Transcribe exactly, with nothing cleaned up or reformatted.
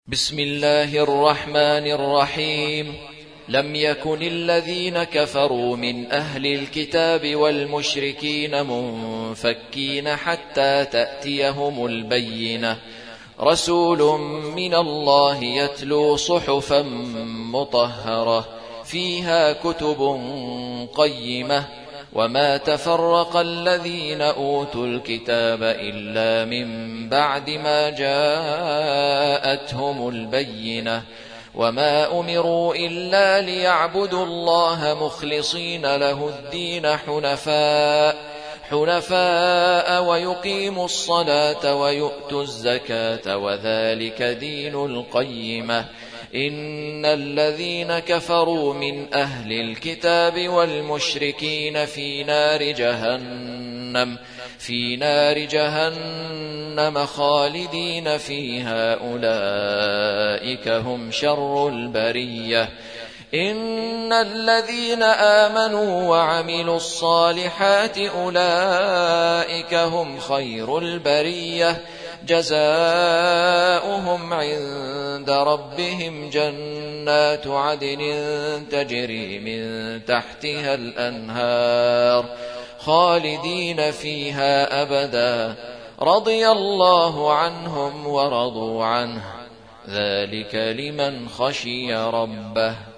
بسم الله الرحمن الرحيم. لم يكن الذين كفروا من أهل الكتاب والمشركين منفكين حتى تأتيهم البينة، رسول من الله يتلو صحفا مطهرة فيها كتب قيمة، وما تفرق الذين أوتوا الكتاب إلا من بعد ما جاءتهم البينة، وما أمروا إلا ليعبدوا الله مخلصين له الدين حنفاء حنفاء ويقيموا الصلاة ويؤتوا الزكاة وذلك دين القيمة. إن الذين كفروا من أهل الكتاب والمشركين في نار جهنم في نار جهنم خالدين فيها، أولئك هم شر البرية. إن الذين آمنوا وعملوا الصالحات أولئك هم خير البرية، جزاؤهم عند ربهم جنات عدن تجري من تحتها الأنهار خالدين فيها أبدا، رضي الله عنهم ورضوا عنه، ذلك لمن خشي ربه.